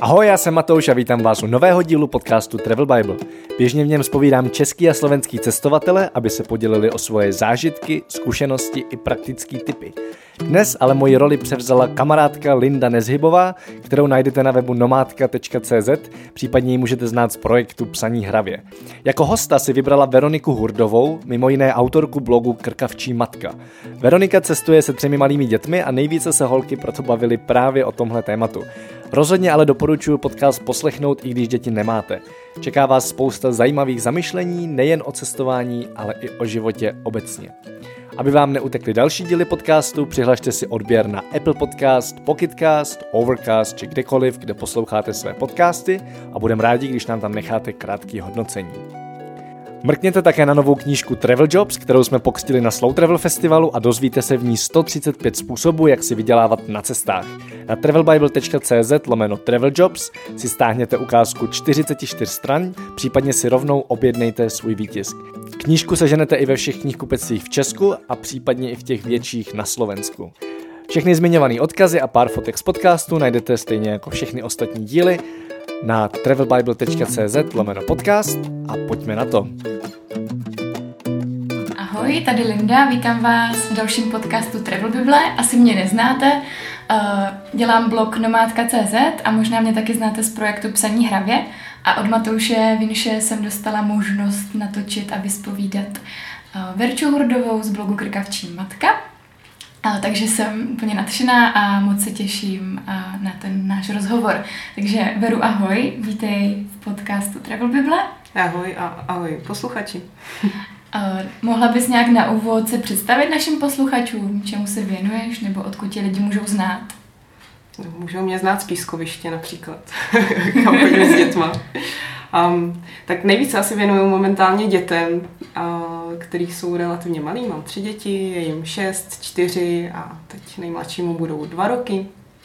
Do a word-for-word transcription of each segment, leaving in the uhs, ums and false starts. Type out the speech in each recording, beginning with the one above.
Ahoj, já jsem Matouš a vítám vás u nového dílu podcastu Travel Bible. Běžně v něm zpovídám český a slovenský cestovatele, aby se podělili o svoje zážitky, zkušenosti i praktické tipy. Dnes ale moji roli převzala kamarádka Linda Nezhybová, kterou najdete na webu nomádka tečka cé zet, případně ji můžete znát z projektu Psaní hravě. Jako hosta si vybrala Veroniku Hurdovou, mimo jiné autorku blogu Krkavčí matka. Veronika cestuje se třemi malými dětmi a nejvíce se holky proto bavily právě o tomhle tématu. Rozhodně ale doporučuji podcast poslechnout, i když děti nemáte. Čeká vás spousta zajímavých zamyšlení, nejen o cestování, ale i o životě obecně. Aby vám neutekly další díly podcastu, přihlašte si odběr na Apple Podcast, Pocketcast, Overcast či kdekoliv, kde posloucháte své podcasty a budeme rádi, když nám tam necháte krátké hodnocení. Mrkněte také na novou knížku Travel Jobs, kterou jsme pokřtili na Slow Travel Festivalu a dozvíte se v ní sto třicet pět způsobů, jak si vydělávat na cestách. Na travelbible tečka cé zet lomeno Travel Jobs si stáhněte ukázku čtyřicet čtyři stran, případně si rovnou objednejte svůj výtisk. Knížku seženete i ve všech knihkupectvích v Česku a případně i v těch větších na Slovensku. Všechny zmiňované odkazy a pár fotek z podcastu najdete stejně jako všechny ostatní díly na travelbible tečka cé zet lomeno podcast a pojďme na to. Ahoj, tady Linda, vítám vás v dalším podcastu Travel Bible. Asi mě neznáte, dělám blog nomádka tečka cé zet a možná mě taky znáte z projektu Psaní hravě a od Matouše Vinše jsem dostala možnost natočit a vyspovídat Verču Hurdovou z blogu Krkavčí matka. Takže jsem úplně nadšená a moc se těším na ten náš rozhovor. Takže Veru, ahoj, vítej v podcastu Travel Bible. Ahoj a ahoj posluchači. Uh, mohla bys nějak na úvod se představit našim posluchačům, čemu se věnuješ, nebo odkud tě lidi můžou znát? Můžou mě znát z Pískoviště například, kam chodím s dětma. Um, tak nejvíce asi věnuju momentálně dětem, uh, kterých jsou relativně malí. Mám tři děti, je jim šest, čtyři a teď nejmladšímu budou dva roky.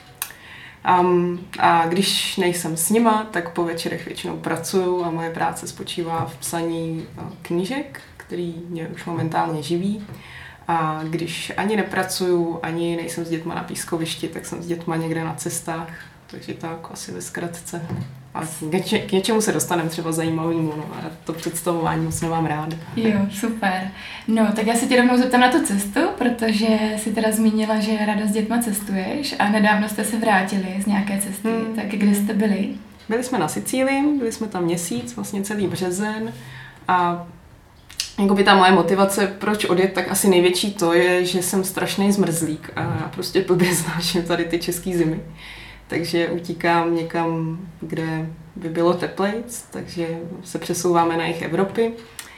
Um, a když nejsem s nima, tak po večerech většinou pracuju a moje práce spočívá v psaní uh, knížek, který mě už momentálně živí. A když ani nepracuju, ani nejsem s dětma na Pískovišti, tak jsem s dětma někde na cestách. Takže tak asi ve zkratce. A k, něče, k něčemu se dostaneme třeba zajímavému, no a to představování moc nemám rád. Jo, super. No, tak já se tě rovnou zeptám na tu cestu, protože jsi teda zmínila, že ráda s dětma cestuješ a nedávno jste se vrátili z nějaké cesty. Hmm. Tak kde jste byli? Byli jsme na Sicílii, byli jsme tam měsíc, vlastně celý březen a jakoby ta moje motivace, proč odjet, tak asi největší to je, že jsem strašný zmrzlík a já prostě blbě znáším tady ty český zimy. Takže utíkám někam, kde by bylo teplejc, takže se přesouváme na jih Evropy.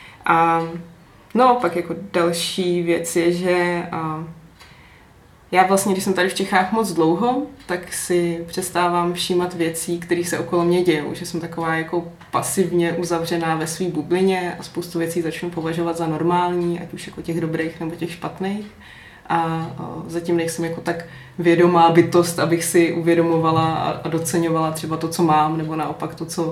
A no, pak jako další věc je, že a já vlastně, když jsem tady v Čechách moc dlouho, tak si přestávám všímat věcí, které se okolo mě dějou, že jsem taková jako pasivně uzavřená ve své bublině a spoustu věcí začnu považovat za normální, ať už jako těch dobrých nebo těch špatných. A zatím nejsem jako tak vědomá bytost, abych si uvědomovala a doceňovala třeba to, co mám, nebo naopak to, co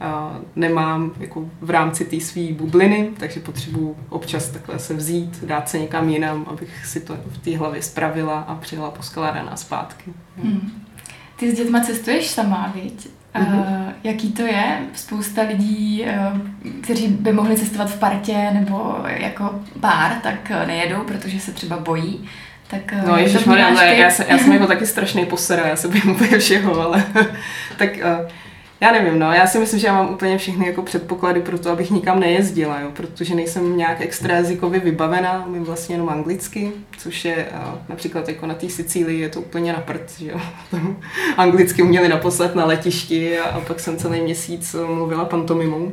nemám jako v rámci té své bubliny, takže potřebuji občas takhle se vzít, dát se někam jinam, abych si to v té hlavě spravila a přijela poskládaná zpátky. Hmm. Ty s dětma cestuješ sama, viď? Mm-hmm. Uh, jaký to je? Spousta lidí, uh, kteří by mohli cestovat v partě nebo jako pár, tak nejedou, protože se třeba bojí. Tak, no ježišmarja, já, jsem, já jsem jako taky strašný posera, já se bojím úplně všeho, ale tak uh, já nevím, no, já si myslím, že já mám úplně všechny jako předpoklady pro to, abych nikam nejezdila, jo, protože nejsem nějak extra jazykově vybavená, umím vlastně jenom anglicky, což je uh, například jako na té Sicílii je to úplně na prd, že jo, tam anglicky uměli naposled na letišti a, a pak jsem celý měsíc mluvila pantomimou.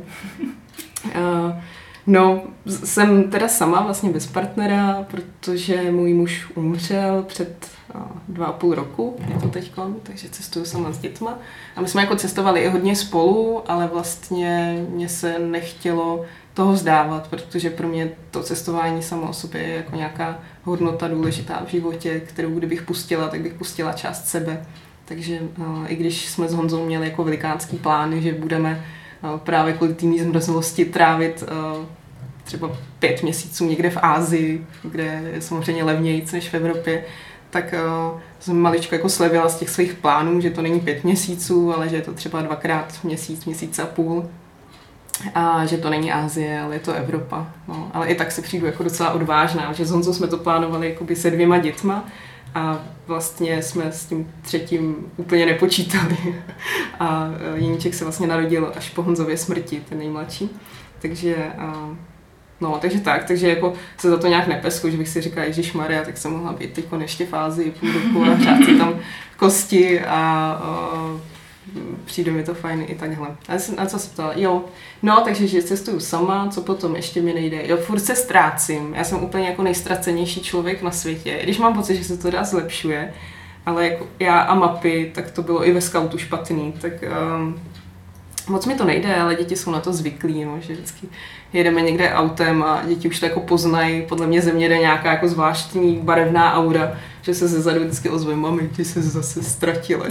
Uh, No, jsem teda sama vlastně bez partnera, protože můj muž umřel před dva a půl roku, je to teďko, takže cestuju sama s dětma. A my jsme jako cestovali i hodně spolu, ale vlastně mě se nechtělo toho vzdávat, protože pro mě to cestování samo o sobě je jako nějaká hodnota důležitá v životě, kterou kdybych pustila, tak bych pustila část sebe. Takže i když jsme s Honzou měli jako velikánský plány, že budeme právě kvůli té zmrzlosti trávit třeba pět měsíců někde v Asii, kde je samozřejmě levnějc než v Evropě, tak uh, jsem maličko jako slevila z těch svých plánů, že to není pět měsíců, ale že je to třeba dvakrát měsíc, měsíc a půl. A že to není Asie, ale je to Evropa. No, ale i tak si přijdu jako docela odvážná, že s Honzou jsme to plánovali jakoby se dvěma dětma a vlastně jsme s tím třetím úplně nepočítali. A Jeníček se vlastně narodil až po Honzově smrti, ten nejmladší. Takže, no, takže tak, takže jako se za to nějak nepesku, že bych si říkala, ježišmarja, tak jsem mohla být teď ještě fázi půl roku a hřát si tam kosti a, a přijde mi to fajn i takhle. A, a co se ptala? Jo, no, takže že cestuju sama, co potom ještě mi nejde. Jo, furt se ztrácím. Já jsem úplně jako nejztracenější člověk na světě. Když mám pocit, že se to dá zlepšuje, ale jako já a mapy, tak to bylo i ve skautu špatný, tak um, moc mi to nejde, ale děti jsou na to zvyklí, no, že vždycky jedeme někde autem a děti už to jako poznají. Podle mě ze mě jde nějaká jako zvláštní barevná aura, že se zezadu vždycky ozve, mami, ty se zase ztratila.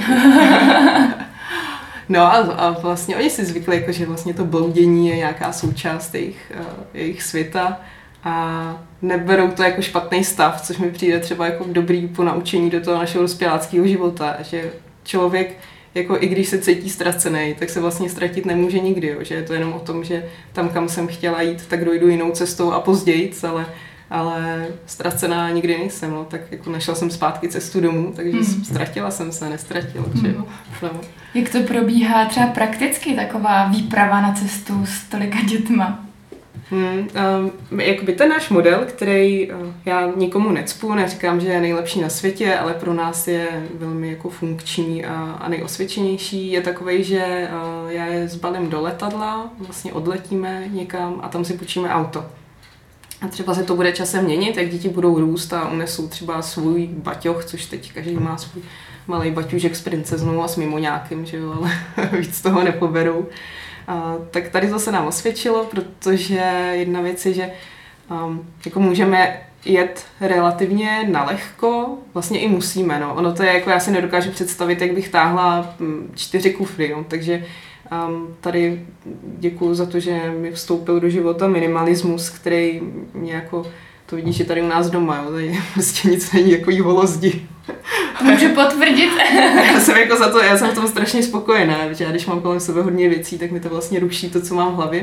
No a, a vlastně oni si zvykli, jako, že vlastně to bloudění je nějaká součást jejich, uh, jejich světa a neberou to jako špatný stav, což mi přijde třeba jako dobrý ponaučení do toho našeho dospěláckého života, že člověk jako i když se cítí ztracený, tak se vlastně ztratit nemůže nikdy, jo, že je to jenom o tom, že tam, kam jsem chtěla jít, tak dojdu jinou cestou a později, ale, ale ztracená nikdy nejsem, no, tak jako našla jsem zpátky cestu domů, takže mm. ztratila jsem se, nestratila, mm. že jo. No. Jak to probíhá třeba prakticky taková výprava na cestu s tolika dětma? Hmm, um, jakoby ten náš model, který uh, já nikomu necpu, neříkám, že je nejlepší na světě, ale pro nás je velmi jako funkční a, a nejosvědčenější, je takovej, že uh, já je zbalím do letadla, vlastně odletíme někam a tam si půjčíme auto. A třeba se to bude časem měnit, jak děti budou růst a unesou třeba svůj baťoch, což teď každý má svůj malej baťužek s princeznou a s mimoňákem, že jo, ale víc toho nepoberou. Uh, tak tady to se nám osvědčilo, protože jedna věc je, že um, jako můžeme jet relativně nalehko, vlastně i musíme, no. Ono to je, jako já si nedokážu představit, jak bych táhla čtyři kufry, no. Takže um, tady děkuju za to, že mi vstoupil do života minimalismus, který mě jako, to vidíš, že tady u nás doma, jo, tady prostě nic není jako jíholo zdi. Můžu potvrdit. Já jsem jako za to, já jsem v tom strašně spokojená, protože já když mám kolem sebe hodně věcí, tak mi to vlastně ruší to, co mám v hlavě.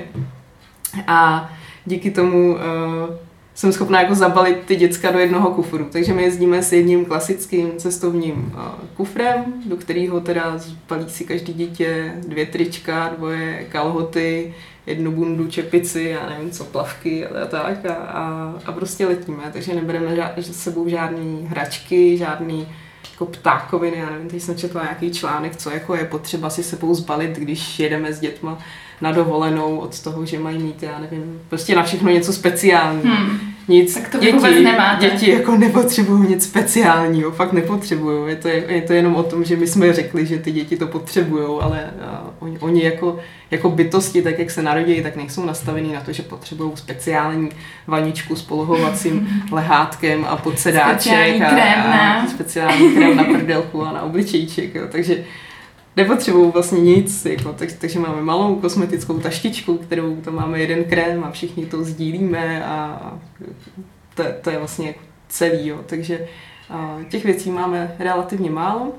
A díky tomu uh, jsem schopná jako zabalit ty děcka do jednoho kufru. Takže my jezdíme s jedním klasickým cestovním uh, kufrem, do kterého teda zbalí si každý dítě dvě trička, dvoje kalhoty, jednu bundu, čepici, já nevím co, plavky a tak a, a, a prostě letíme, takže nebereme žád, s sebou žádný hračky, žádný jako ptákoviny, já nevím, teď jsem četla nějaký článek, co jako je potřeba si sebou zbalit, když jedeme s dětma na dovolenou od toho, že mají mít, já nevím, prostě na všechno něco speciálního. Hmm. Nic, tak to děti, vůbec nemáte. Děti jako nepotřebují nic speciálního, fakt nepotřebují. Je to, je to jenom o tom, že my jsme řekli, že ty děti to potřebují, ale uh, oni, oni jako, jako bytosti, tak jak se narodí, tak nejsou nastavení na to, že potřebují speciální vaničku s polohovacím lehátkem a podsedáček speciální a, krém, a speciální krém na prdelku a na obličejček. Jo. Takže nepotřebují vlastně nic, jako, tak, takže máme malou kosmetickou taštičku, kterou tam máme jeden krém a všichni to sdílíme a to, to je vlastně celý, jo. Takže a, těch věcí máme relativně málo.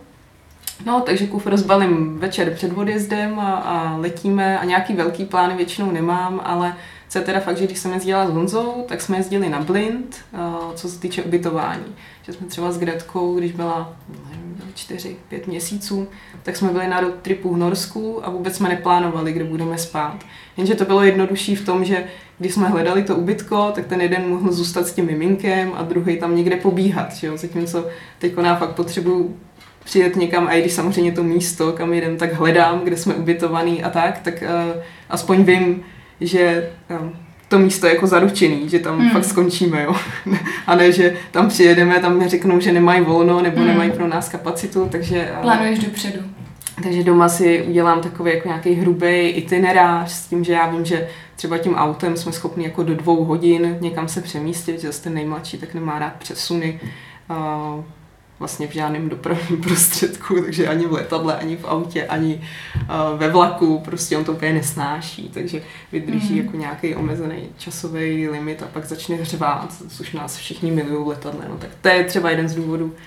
No, takže kufr zbalím večer před odjezdem a, a letíme a nějaký velký plány většinou nemám, ale co je teda fakt, že když jsem jezdila s Honzou, tak jsme jezdili na blind, co se týče ubytování. Že jsme třeba s Gretkou, když byla nevím, čtyři, pět měsíců, tak jsme byli na road tripu v Norsku a vůbec jsme neplánovali, kde budeme spát. Jenže to bylo jednodušší v tom, že když jsme hledali to ubytko, tak ten jeden mohl zůstat s tím miminkem a druhý tam někde pobíhat. Že jo? Zatímco teď já fakt potřebuju přijet někam a i když samozřejmě to místo, kam jdem, tak hledám, kde jsme ubytovaný a tak, tak uh, aspoň vím, že um, to místo je jako zaručený, že tam mm. fakt skončíme, jo. A ne, že tam přijedeme, tam mi řeknou, že nemají volno nebo mm. nemají pro nás kapacitu, takže... Plánuješ dopředu. Takže doma si udělám takový jako nějaký hrubý itinerář s tím, že já vím, že třeba tím autem jsme schopni jako do dvou hodin někam se přemístit, že zase ten nejmladší tak nemá rád přesuny. Uh, vlastně v žádném dopravním prostředku, takže ani v letadle, ani v autě, ani uh, ve vlaku, prostě on to úplně nesnáší, takže vydrží mm. jako nějaký omezený časový limit a pak začne hřvát, což nás všichni milují v letadle, no tak to je třeba jeden z důvodů,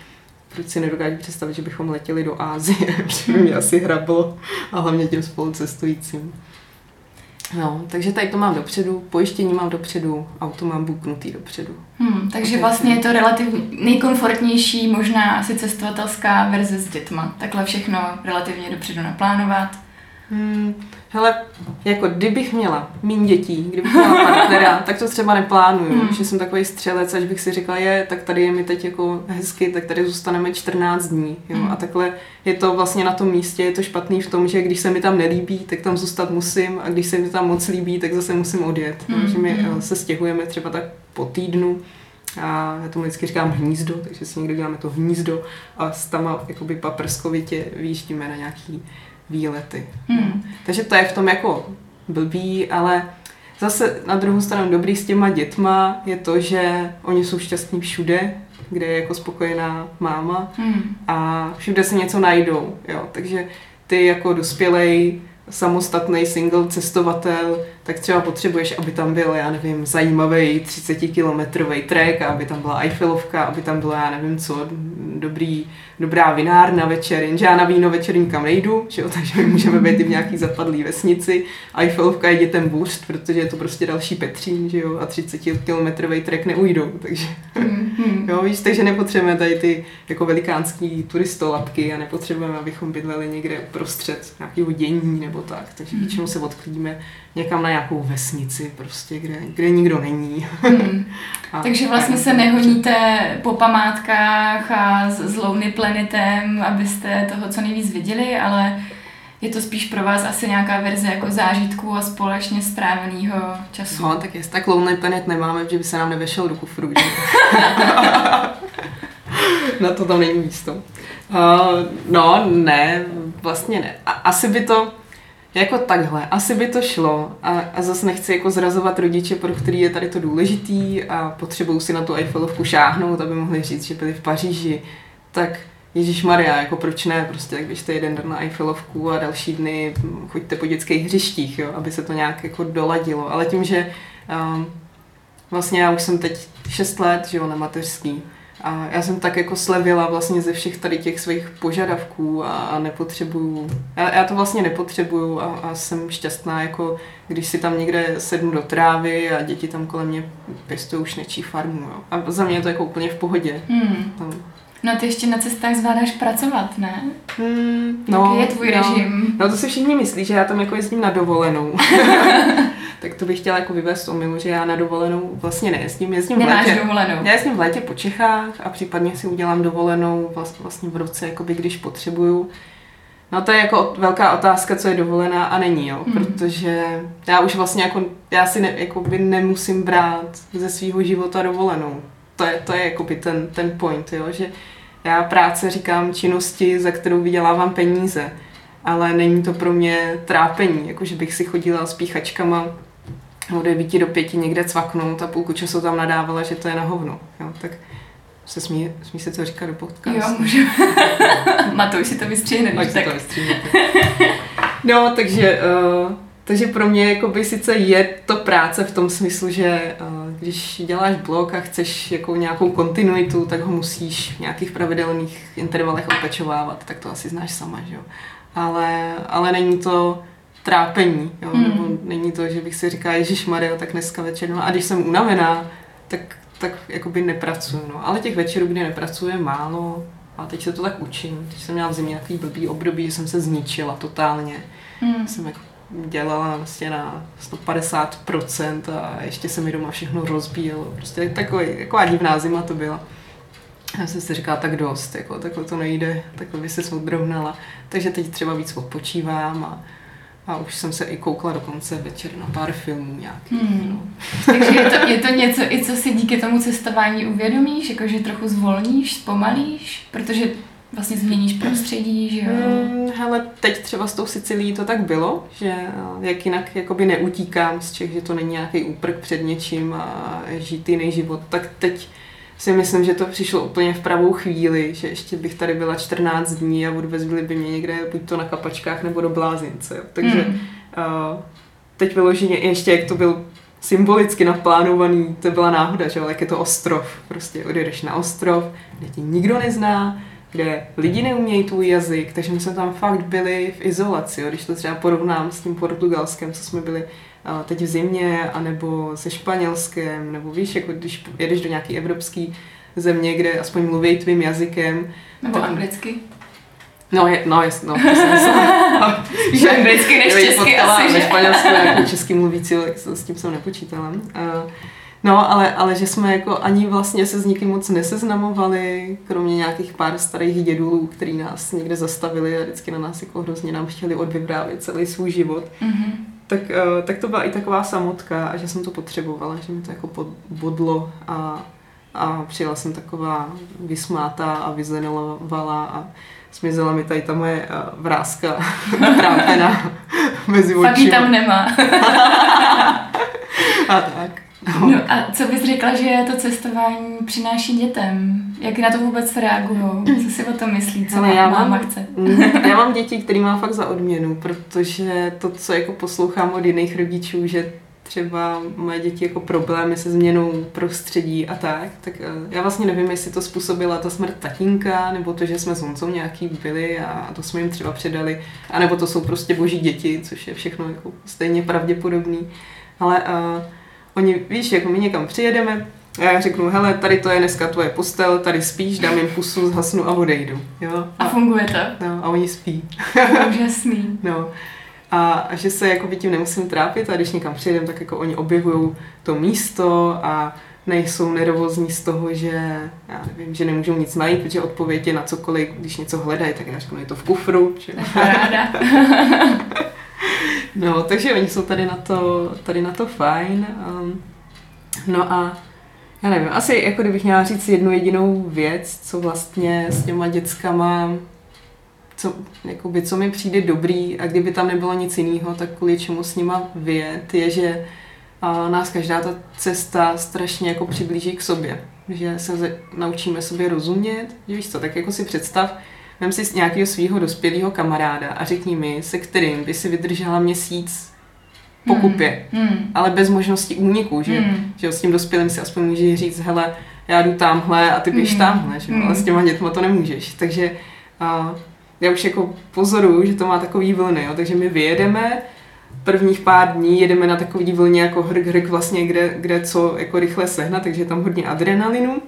proč si nedokážu představit, že bychom letěli do Asie, protože by mě asi hrablo a hlavně těm spolucestujícím. No, takže tady to mám dopředu, pojištění mám dopředu, auto mám buknutý dopředu. Hmm, takže vlastně je to relativně nejkomfortnější, možná asi cestovatelská verze s dětma. Takhle všechno relativně dopředu naplánovat. Hmm, hele, jako kdybych měla míň dětí, kdybych měla partnera, tak to třeba neplánuju, hmm. že jsem takový střelec, až bych si řekla, je, tak tady je mi teď jako hezky, tak tady zůstaneme čtrnáct dní, jo, hmm. a takhle je to vlastně na tom místě, je to špatný v tom, že když se mi tam nelíbí, tak tam zůstat musím a když se mi tam moc líbí, tak zase musím odjet, hmm. že my hmm. se stěhujeme třeba tak po týdnu. A já tomu vždycky říkám hnízdo, takže si někdy děláme to hnízdo a s tama jakoby paprskovitě výjíždíme na nějaký výlety. Hmm. Takže to je v tom jako blbý, ale zase na druhou stranu dobrý s těma dětma je to, že oni jsou šťastní všude, kde je jako spokojená máma hmm. a všude se něco najdou. Jo. Takže ty jako dospělej, samostatný single cestovatel, tak třeba potřebuješ, aby tam byl, já nevím, zajímavý třicetikilometrový trek, aby tam byla Eiffelovka, aby tam byla, já nevím co, dobrý, dobrá vinárna večer, jenže já na víno večer nikam nejdu, že jo, takže my můžeme být i v nějaký zapadlý vesnici. Eiffelovka je dětem burst, protože je to prostě další Petřín, že jo, a třicetikilometrový trek neujdou, takže mm-hmm. jo, víš, takže nepotřebujeme tady ty jako velikánský turistolapky a nepotřebujeme, abychom bydleli někde uprostřed nějakého dění nebo tak, takže mm. většinou se odklidíme někam na nějakou vesnici, prostě, kde, kde nikdo není. Hmm. A, takže vlastně se nehoníte po památkách a s Lonely Planetem, abyste toho co nejvíc viděli, ale je to spíš pro vás asi nějaká verze jako zážitků a společně stráveného času. No, tak jest, tak Lonely Planet nemáme, že by se nám nevešel do kufru. Na to tam není místo. Uh, no, ne, vlastně ne. A, asi by to jako takhle, asi by to šlo a, a zase nechci jako zrazovat rodiče, pro který je tady to důležitý a potřebují si na tu Eiffelovku šáhnout, aby mohli říct, že byli v Paříži, tak ježišmarja, jako proč ne, prostě tak běžte jeden den na Eiffelovku a další dny choďte po dětských hřištích, jo, aby se to nějak jako doladilo, ale tím, že um, vlastně já už jsem teď šest let, že jo, na mateřský, a já jsem tak jako slevila vlastně ze všech tady těch svých požadavků a, a nepotřebuju, já, já to vlastně nepotřebuju a, a jsem šťastná, jako když si tam někde sednu do trávy a děti tam kolem mě pěstují už nečí farmu, jo. A za mě je to jako úplně v pohodě. Hmm. Tam. No ty ještě na cestách zvládáš pracovat, ne? Hmm, no, jaký je tvůj no, režim? No to si všichni myslí, že já tam jako jezdím na dovolenou. Tak to bych chtěla jako vyvést omylu, že já na dovolenou vlastně nejezdím. Jezdím Nemáš v létě. dovolenou? Já jezdím v létě po Čechách a případně si udělám dovolenou vlastně v roce, jakoby, když potřebuju. No to je jako velká otázka, co je dovolená a není, jo, hmm. protože já už vlastně jako, já si ne, jakoby nemusím brát ze svého života dovolenou. To je, to je jakoby ten, ten point, jo, že já práce říkám činnosti, za kterou vydělávám peníze, ale není to pro mě trápení, jako že bych si chodila s píchačkama od devíti do pěti někde cvaknout a půlku času tam nadávala, že to je na hovno, jo, tak se smí, smí se co říkat do podcastu. Jo, můžu. Matouš si to vystřihne, když tak. To no, takže, uh, takže pro mě jakoby sice je to práce v tom smyslu, že uh, když děláš blog a chceš jako nějakou kontinuitu, tak ho musíš v nějakých pravidelných intervalech opečovávat, tak to asi znáš sama, že jo. Ale, ale není to trápení, jo, mm. nebo není to, že bych si říkala, ježišmarja, tak dneska večer, no a když jsem unavená, tak tak jakoby nepracuju, no. Ale těch večerů, kdy nepracuju, je málo a teď se to tak učím. Teď jsem měla v zimě takový blbý období, že jsem se zničila totálně. Mm. Jsem jako dělala vlastně na sto padesát procent a ještě se mi doma všechno rozbíjelo. Prostě takový, taková divná zima to byla. Já jsem si říkala, tak dost, jako, takhle to nejde, takhle by se odrovnala. Takže teď třeba víc odpočívám a A už jsem se i koukla dokonce večer na pár filmů nějakých. Hmm. No. Takže je to, je to něco, i co si díky tomu cestování uvědomíš, jakože trochu zvolníš, zpomalíš, protože vlastně změníš prostředí, že jo? Hmm, hele, teď třeba s tou Sicilií to tak bylo, že jak jinak jakoby neutíkám z Čech, že to není nějaký úprk před něčím a žít jiný život, tak teď si myslím, že to přišlo úplně v pravou chvíli, že ještě bych tady byla čtrnáct dní a odvezli by mě někde buď to na Kapačkách nebo do Blázince. Jo. Takže mm. uh, teď vyloženě ještě, jak to byl symbolicky naplánovaný, to byla náhoda, že jo, jak je to ostrov. Prostě odjedeš na ostrov, kde tě nikdo nezná, kde lidi neumějí tvůj jazyk, takže my jsme tam fakt byli v izolaci, jo, když to třeba porovnám s tím Portugalskem, co jsme byli uh, teď v zimě, anebo se Španělskem, nebo víš, jako když jedeš do nějaké evropské země, kde aspoň mluví tvým jazykem. Nebo tak, anglicky. No, je, no, jest, no, to jsem myslela. Že anglicky než česky asi, že? Ve Španělsku jako český mluvící, s tím jsem nepočítala. Uh, No, ale, ale že jsme jako ani vlastně se s nikým moc neseznamovali, kromě nějakých pár starých dědulů, který nás někde zastavili a vždycky na nás jako hrozně nám chtěli odvyprávět celý svůj život. Mm-hmm. Tak, tak to byla i taková samotka a že jsem to potřebovala, že mi to jako bodlo a, a přijela jsem taková vysmátá a vyzelenělovala a zmizela mi tady ta moje vrázka trápená mezi očima. Fakt ji tam nemá. A tak. No. no a co bys řekla, že to cestování přináší dětem? Jak na to vůbec reagují? Co si o tom myslí? Co má, já máma mám, chce? Já mám děti, který mám fakt za odměnu, protože to, co jako poslouchám od jiných rodičů, že třeba moje děti jako problémy se změnou prostředí a tak, tak já vlastně nevím, jestli to způsobila ta smrt tatínka, nebo to, že jsme s Honcou nějaký byli a to jsme jim třeba předali, anebo to jsou prostě boží děti, což je všechno jako stejně pravděpodobný. Ale uh, oni, víš, jako my někam přijedeme a já řeknu, hele, tady to je dneska tvoje postel, tady spíš, dám jim pusu, zhasnu a odejdu. Jo? A, a funguje to? No, a oni spí. Úžasný. No. A, a že se jako by tím nemusím trápit a když někam přijedem, tak jako oni objevují to místo a nejsou nervózní z toho, že já nevím, že nemůžou nic najít, protože odpověď je na cokoliv, když něco hledají, tak já řeknu, je to v kufru. Že... Paráda. No, takže oni jsou tady na to, tady na to fajn. Um, no a já nevím, asi jako kdybych měla říct jednu jedinou věc, co vlastně s těma dětskama, co, jakoby, co mi přijde dobrý a kdyby tam nebylo nic jiného, tak kvůli čemu s nima vyjet, je, že a, nás každá ta cesta strašně jako přiblíží k sobě. Že se naučíme sobě rozumět, že víš co, tak jako si představ, vem si nějakého svého dospělého kamaráda a řekni mi, se kterým by si vydržela měsíc po kupě, hmm. Hmm. ale bez možnosti úniku, že, hmm. že s tím dospělým si aspoň můžeš říct, hele, já jdu tamhle a ty běž hmm. tamhle, že? Hmm. ale s těma dětma to nemůžeš. Takže a, já už jako pozoruju, že to má takový vlny, jo? Takže my vyjedeme, prvních pár dní jedeme na takový vlně jako hrk, hrk vlastně, kde, kde co jako rychle sehnat, takže je tam hodně adrenalinu.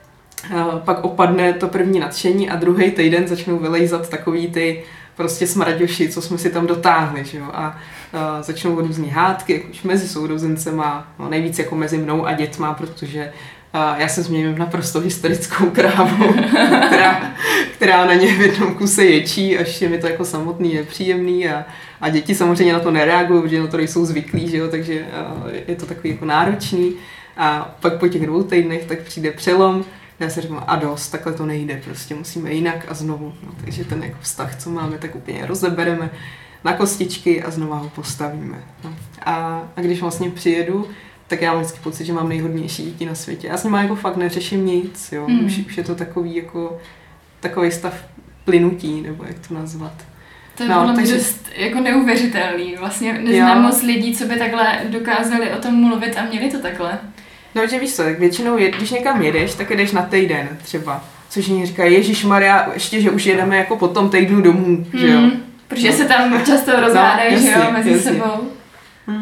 Uh, pak opadne to první nadšení a druhý týden začnou vylejzat takový ty prostě smraďoši, co jsme si tam dotáhli, že jo? A uh, začnou různý hádky, jak už mezi sourozencema, no nejvíc jako mezi mnou a dětma, protože uh, já se změním v naprosto historickou krávu, která, která na ně v jednom kuse ječí, až je mi to jako samotný nepříjemný a, a děti samozřejmě na to nereagují, protože na to nejsou zvyklí, že jo? Takže uh, je to takový jako náročný a pak po těch dvou týdnech tak přijde přelom. Já si říkám, a dost, takhle to nejde, prostě musíme jinak a znovu. No, takže ten jako vztah, co máme, tak úplně rozebereme na kostičky a znova ho postavíme. No. A, a když vlastně přijedu, tak já mám vždycky pocit, že mám nejhodnější děti na světě. Já s nimi jako fakt neřeším nic, jo. Mm. Už, už je to takový jako takový stav plynutí, nebo jak to nazvat. To je no, takže... dost jako neuvěřitelný. Vlastně neznám moc lidí, co by takhle dokázali o tom mluvit a měli to takhle. No, že víš co, tak většinou, je, když někam jedeš, tak jedeš na týden třeba. Což oni říkají, ježišmarja, ještě, že už jedeme jako po tom týdnu domů, hmm, že jo. Protože no. se tam často rozhádají, no, že jo, mezi jasně. sebou. Hmm.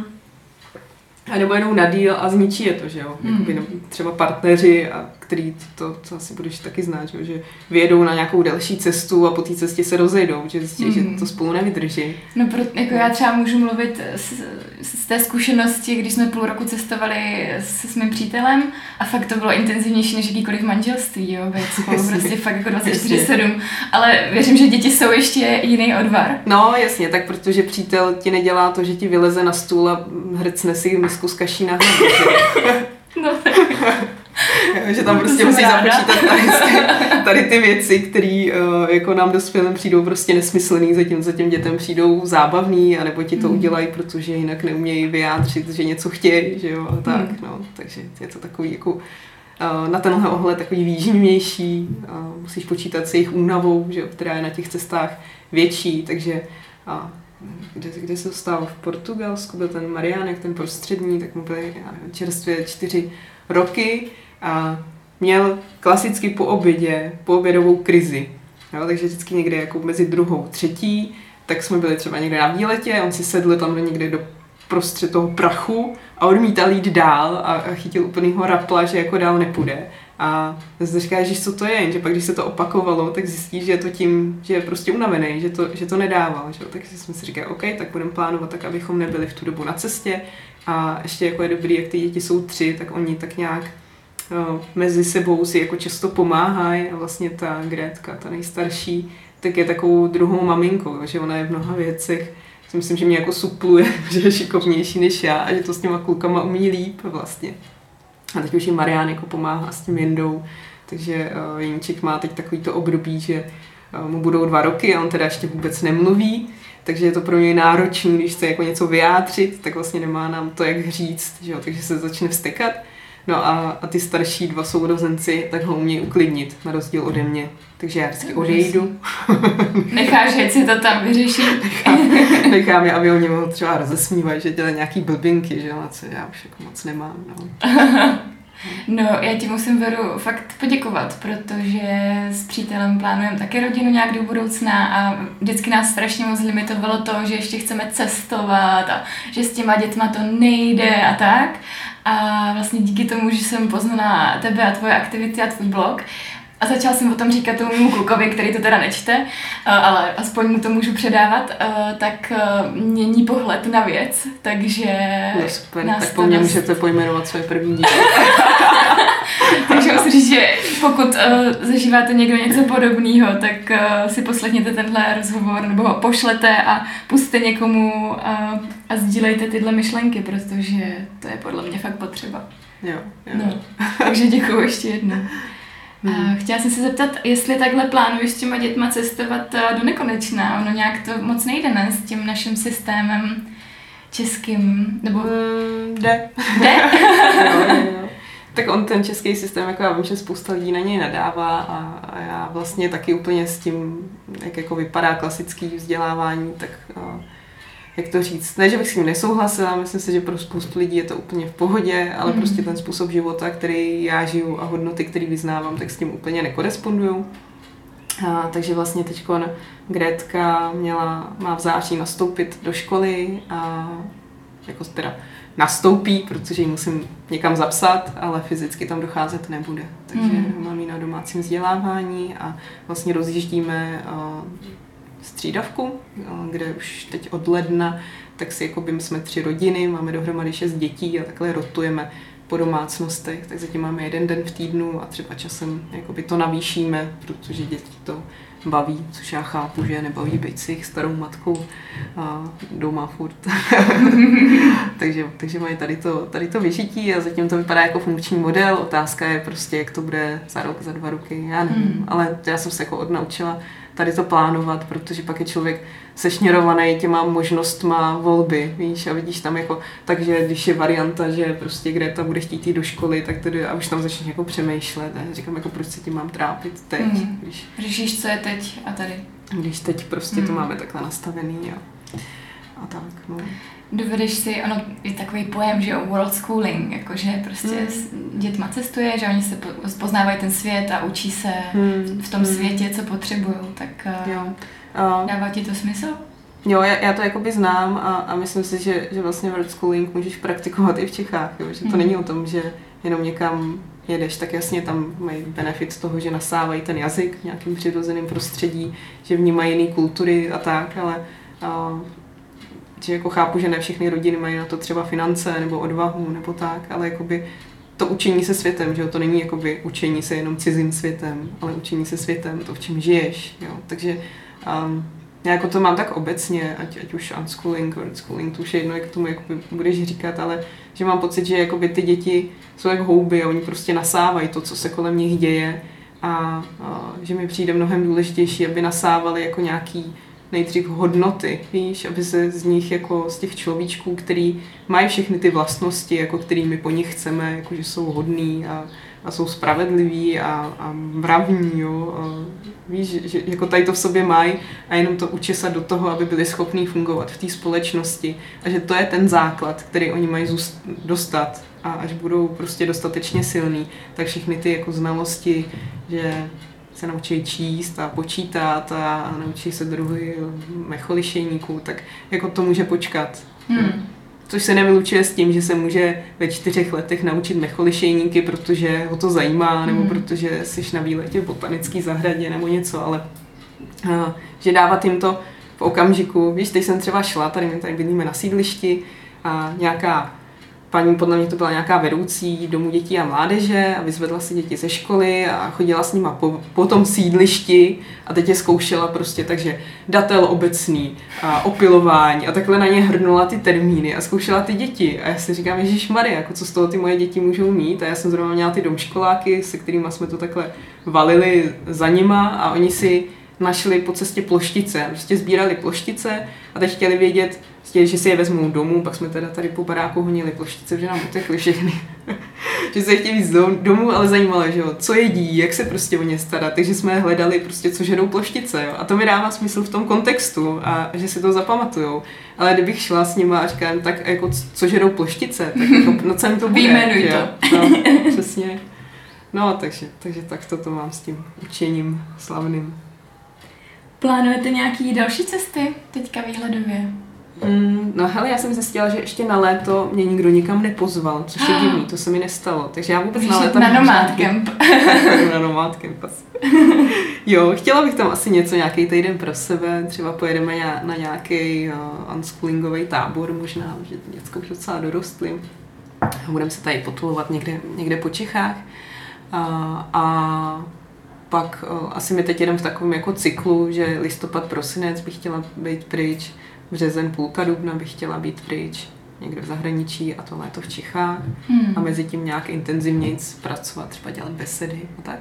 A nebo jedou na díl a zničí je to, že jo. Hmm. Jakoby třeba partneři, a který to, to asi budeš taky znát, že, že vyjedou na nějakou delší cestu a po té cestě se rozejdou, že zjistí, hmm. že to spolu nevydrží. No, pro, jako já třeba můžu mluvit z, z té zkušenosti, když jsme půl roku cestovali s, s mým přítelem a fakt to bylo intenzivnější než jakýkoliv manželství, jo, být spolu prostě fakt jako dvacet čtyři sedm, ale věřím, že děti jsou ještě jiný odvar. No, jasně, tak protože přítel ti nedělá to, že ti vyleze na stůl a hrcne si misku s kaší na hlavu. No tak. Že tam prostě musí započítat tady, tady ty věci, které uh, jako nám dospělým přijdou prostě nesmyslný, zatímco těm dětem přijdou zábavný, anebo ti to udělají, protože jinak neumějí vyjádřit, že něco chtějí, že jo, a tak, hmm. no, takže je to takový jako uh, na tenhle ohled takový výživnější, uh, musíš počítat s jejich únavou, že jo, která je na těch cestách větší, takže uh, kde, kde se stál v Portugalsku, byl ten Mariánek, ten prostřední, tak mu byly čerstvě čtyři roky a měl klasicky po obědě, po obědovou krizi. Jo, takže vždycky někde jako mezi druhou, třetí, tak jsme byli třeba někde na výletě, on si sedl tam někde do prostřed toho prachu a odmítal jít dál a chytil úplnýho rapla, že jako dál nepůjde. A zde říká, že co to je, že pak když se to opakovalo, tak zjistí, že je to tím, že je prostě unavený, že to, že to nedával. Že? Takže jsme si říkali, OK, tak budeme plánovat tak, abychom nebyli v tu dobu na cestě. A ještě jako je dobrý, jak ty děti jsou tři, tak oni tak nějak no, mezi sebou si jako často pomáhají a vlastně ta Grétka, ta nejstarší, tak je takovou druhou maminkou, že ona je v mnoha věcech. Myslím, že mě jako supluje, že je šikovnější než já a že to s těma klukama umí líp vlastně. A teď už i Marián jako pomáhá s tím Jindou, takže uh, Jeníček má teď takový to období, že uh, mu budou dva roky a on teda ještě vůbec nemluví, takže je to pro něj náročný, když chce jako něco vyjádřit, tak vlastně nemá nám to jak říct, že jo? Takže se začne vztekat. No a, a ty starší dva sourozenci tak ho umějí uklidnit, na rozdíl ode mě. Takže já vždycky odejdu. Necháš, že si to tam vyřeší. Nechám, nechám je, aby oni mohli třeba rozesmívat, že dělají nějaký blbinky, že na co já už jako moc nemám. No. No, já ti musím, Veru, fakt poděkovat, protože s přítelem plánujeme také rodinu nějak do budoucna a vždycky nás strašně moc limitovalo to, že ještě chceme cestovat a že s těma dětma to nejde a tak. A vlastně díky tomu, že jsem poznala tebe a tvoje aktivity a tvůj blog, a začala jsem o tom říkat tomu mému klukovi, který to teda nečte, ale aspoň mu to můžu předávat, tak mění pohled na věc, takže... No super, tak po mně dost... můžete pojmenovat svoje první dítě. Takže musím říct, že pokud uh, zažíváte někdo něco podobného, tak uh, si poslechněte tenhle rozhovor nebo ho pošlete a pusťte někomu uh, a sdílejte tyhle myšlenky, protože to je podle mě fakt potřeba. Jo, jo. No, takže děkuju ještě jednou. Hmm. Chtěla jsem se zeptat, jestli takhle plánuješ s těma dětma cestovat do nekonečna. Ono nějak to moc nejde, ne? S tím naším systémem českým, nebo... Mm, jde. Jde? jo, jo, jo. Tak on ten český systém, jako já vím, že spousta lidí na něj nadává a, a já vlastně taky úplně s tím, jak jako vypadá klasický vzdělávání, tak... A, jak to říct, ne, že bych s tím nesouhlasila, myslím si, že pro spoustu lidí je to úplně v pohodě, ale mm. prostě ten způsob života, který já žiju a hodnoty, který vyznávám, tak s tím úplně nekorespondují. A, takže vlastně teďko Grétka měla, má v září nastoupit do školy a jako teda nastoupí, protože ji musím někam zapsat, ale fyzicky tam docházet nebude. Takže mm. mám ji na domácím vzdělávání a vlastně rozjíždíme střídavku, kde už teď od ledna, tak si jako by jsme tři rodiny, máme dohromady šest dětí a takhle rotujeme po domácnostech, tak zatím máme jeden den v týdnu a třeba časem jakoby to navýšíme, protože děti to baví, což já chápu, že nebaví být s jejich starou matkou a doma furt. takže, takže mají tady to, tady to vyžití a zatím to vypadá jako funkční model. Otázka je prostě, jak to bude za rok, za dva roky, já nevím. Hmm. Ale já jsem se jako odnaučila tady to plánovat, protože pak je člověk sešněrovaný těma možnostma volby, víš, a vidíš tam jako, takže když je varianta, že prostě Greta bude chtít jít do školy, tak tedy a už tam začneš jako přemýšlet a říkám, jako proč se tím mám trápit teď, mm. když... Řešíš, co je teď a tady. Když teď prostě mm. to máme takhle nastavený a, a tak, no. Dovedeš si, ono je takový pojem, že o world schooling, jakože prostě mm. s dětma cestuje, že oni se poznávají ten svět a učí se mm. v tom mm. světě, co potřebují, tak jo. Uh, dává ti to smysl? Jo, já, já to jakoby znám a, a myslím si, že, že vlastně world schooling můžeš praktikovat i v Čechách, jo? Že to mm. není o tom, že jenom někam jedeš, tak jasně tam mají benefit z toho, že nasávají ten jazyk v nějakým přirozeném prostředí, že vnímají jiné kultury a tak, ale uh, že jako chápu, že ne všechny rodiny mají na to třeba finance nebo odvahu nebo tak, ale jakoby to učení se světem, že jo, to není jakoby učení se jenom cizím světem, ale učení se světem, to v čem žiješ, jo, takže um, já jako to mám tak obecně, ať, ať už unschooling, worldschooling, to už je jedno, jak tomu jakoby budeš říkat, ale že mám pocit, že jakoby ty děti jsou jak houby a oni prostě nasávají to, co se kolem nich děje a, a že mi přijde mnohem důležitější, aby nasávali jako nějaký nejdřív hodnoty, víš, aby se z nich jako z těch človíčků, který mají všechny ty vlastnosti, jako kterými po nich chceme, jako že jsou hodní a, a jsou spravedliví a, a mravní, jo, a víš, že jako tady to v sobě mají a jenom to učesat do toho, aby byli schopní fungovat v té společnosti a že to je ten základ, který oni mají zůst, dostat a až budou prostě dostatečně silní, tak všechny ty jako znalosti, že se naučí číst a počítat a naučí se druhy mecholišejníků, tak jako to může počkat. Hmm. Což se nevylučuje s tím, že se může ve čtyřech letech naučit mecholišejníky, protože ho to zajímá, nebo hmm. protože jsi na výletě v botanické zahradě nebo něco, ale uh, že dávat jim to v okamžiku. Víš, teď jsem třeba šla, tady my tady bydlíme na sídlišti a nějaká paní, podle mě to byla nějaká vedoucí domu dětí a mládeže a vyzvedla si děti ze školy a chodila s nima po, po tom sídlišti a teď je zkoušela prostě, takže datel obecný a opilování a takhle na ně hrnula ty termíny a zkoušela ty děti a já si říkám, ježišmarja, jako co z toho ty moje děti můžou mít a já jsem zrovna měla ty domškoláky, se kterými jsme to takhle valili za nima a oni si našli po cestě ploštice, prostě sbírali ploštice a teď chtěli vědět, že si je vezmou domů, pak jsme teda tady po baráku honili ploštice, že nám utekly všechny. Že se je chtěli víc domů, ale zajímalo, že jo, co jedí, jak se prostě o ně starat, takže jsme hledali prostě, co žerou ploštice, jo. A to mi dává smysl v tom kontextu a že si to zapamatujou. Ale kdybych šla s nima a říkám, tak jako co žerou ploštice, tak jako, no co jim to bude. Vyjmenuj to. No, přesně. No, takže, takže tak to mám s tím učením slavným. Plánujete nějaký další cesty teďka výhledově? Mm, no hele, já jsem zjistila, že ještě na léto mě nikdo nikam nepozval, což je divný, to se mi nestalo. Takže já vůbec Víš, na léto... Na Nomad Camp. Na Nomad Camp asi. Jo, chtěla bych tam asi něco, nějaký týden pro sebe, třeba pojedeme na nějaký uh, unschoolingový tábor možná, že děcko už docela dorostly. Budeme se tady potulovat někde, někde po Čechách. Uh, a pak uh, asi mi teď jedem v takovém jako cyklu, že listopad, prosinec bych chtěla být pryč, březen, půlka dubna bych chtěla být pryč, někde v zahraničí a to léto v Čechách hmm. a mezi tím nějak intenzivněji pracovat, třeba dělat besedy a tak.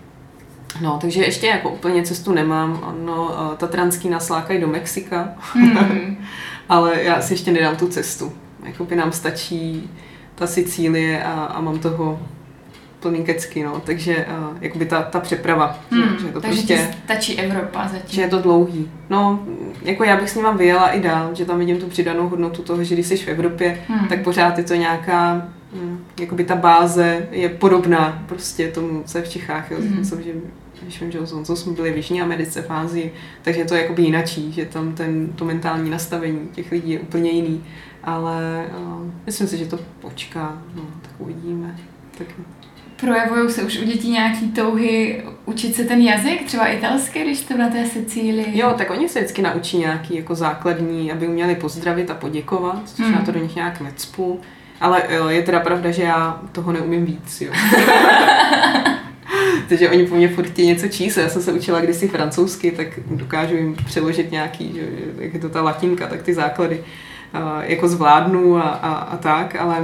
No, takže ještě jako úplně cestu nemám, no, tatranský nás lákají do Mexika, hmm. ale já si ještě nedám tu cestu. Jakoby nám stačí ta Sicílie a, a mám toho plný kecky, no, takže uh, jakoby ta, ta přeprava, hmm, že, že je to takže prostě... ti stačí Evropa zatím. Že je to dlouhý. No, jako já bych s ním vám vyjela i dál, že tam vidím tu přidanou hodnotu toho, že když jsi v Evropě, hmm. tak pořád je to nějaká, hm, jakoby ta báze je podobná prostě tomu, co je v Čechách, jo. Hmm. Myslím, že když vím, že co jsme byli v Jižní Americe, v Ázii, takže to je jakoby jinačí, že tam ten, to mentální nastavení těch lidí je úplně jiný, ale uh, myslím si, že to počká, no, tak uvidíme. Tak... Projevují se už u dětí nějaký touhy učit se ten jazyk, třeba italsky, když jste na té Sicílii? Jo, tak oni se vždycky naučí nějaký jako základní, aby uměli pozdravit a poděkovat, což hmm. já to do nich nějak necpu. Ale jo, je teda pravda, že já toho neumím víc, jo. Takže oni po mně furt chtějí něco číst. Já jsem se učila kdysi francouzsky, tak dokážu jim přeložit nějaký, že, jak je to ta latinka, tak ty základy jako zvládnu a, a, a tak, ale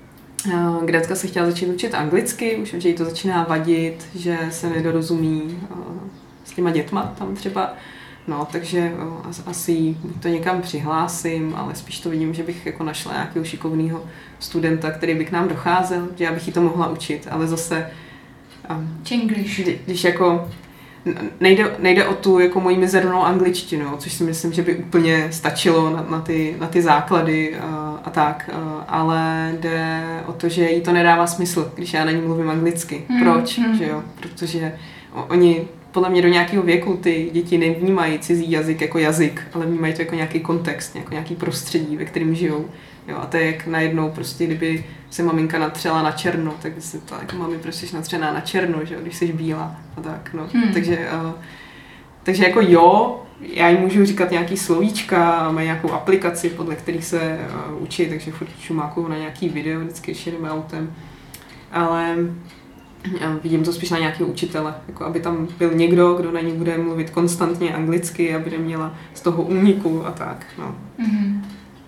Gretka se chtěla začít učit anglicky, už že jí to začíná vadit, že se nedorozumí s těma dětma tam třeba. No, takže asi to někam přihlásím, ale spíš to vidím, že bych jako našla nějakého šikovného studenta, který by k nám docházel, že já bych jí to mohla učit, ale zase... Čenglish. Když jako... Nejde, nejde o tu jako moji mizernou angličtinu, což si myslím, že by úplně stačilo na, na, ty, na ty základy a, a tak, a, ale jde o to, že jí to nedává smysl, když já na ní mluvím anglicky. Hmm. Proč? Hmm. Že jo? Protože oni podle mě do nějakého věku ty děti nevnímají cizí jazyk jako jazyk, ale vnímají to jako nějaký kontext, jako nějaký prostředí, ve kterém žijou. Jo, a to je jak najednou prostě, kdyby se maminka natřela na černo, tak by se to jako mami, prostě jsi natřená na černo, že jo, když jsi bílá a tak, no. Hmm. Takže, uh, takže jako jo, já jim můžu říkat nějaký slovíčka, mají nějakou aplikaci, podle který se uh, učí, takže furt šumákuju na nějaký video, vždycky, když jedeme autem, ale já vidím to spíš na nějakého učitele, jako aby tam byl někdo, kdo na ní bude mluvit konstantně anglicky, aby neměla z toho úniku a tak, no. Hmm.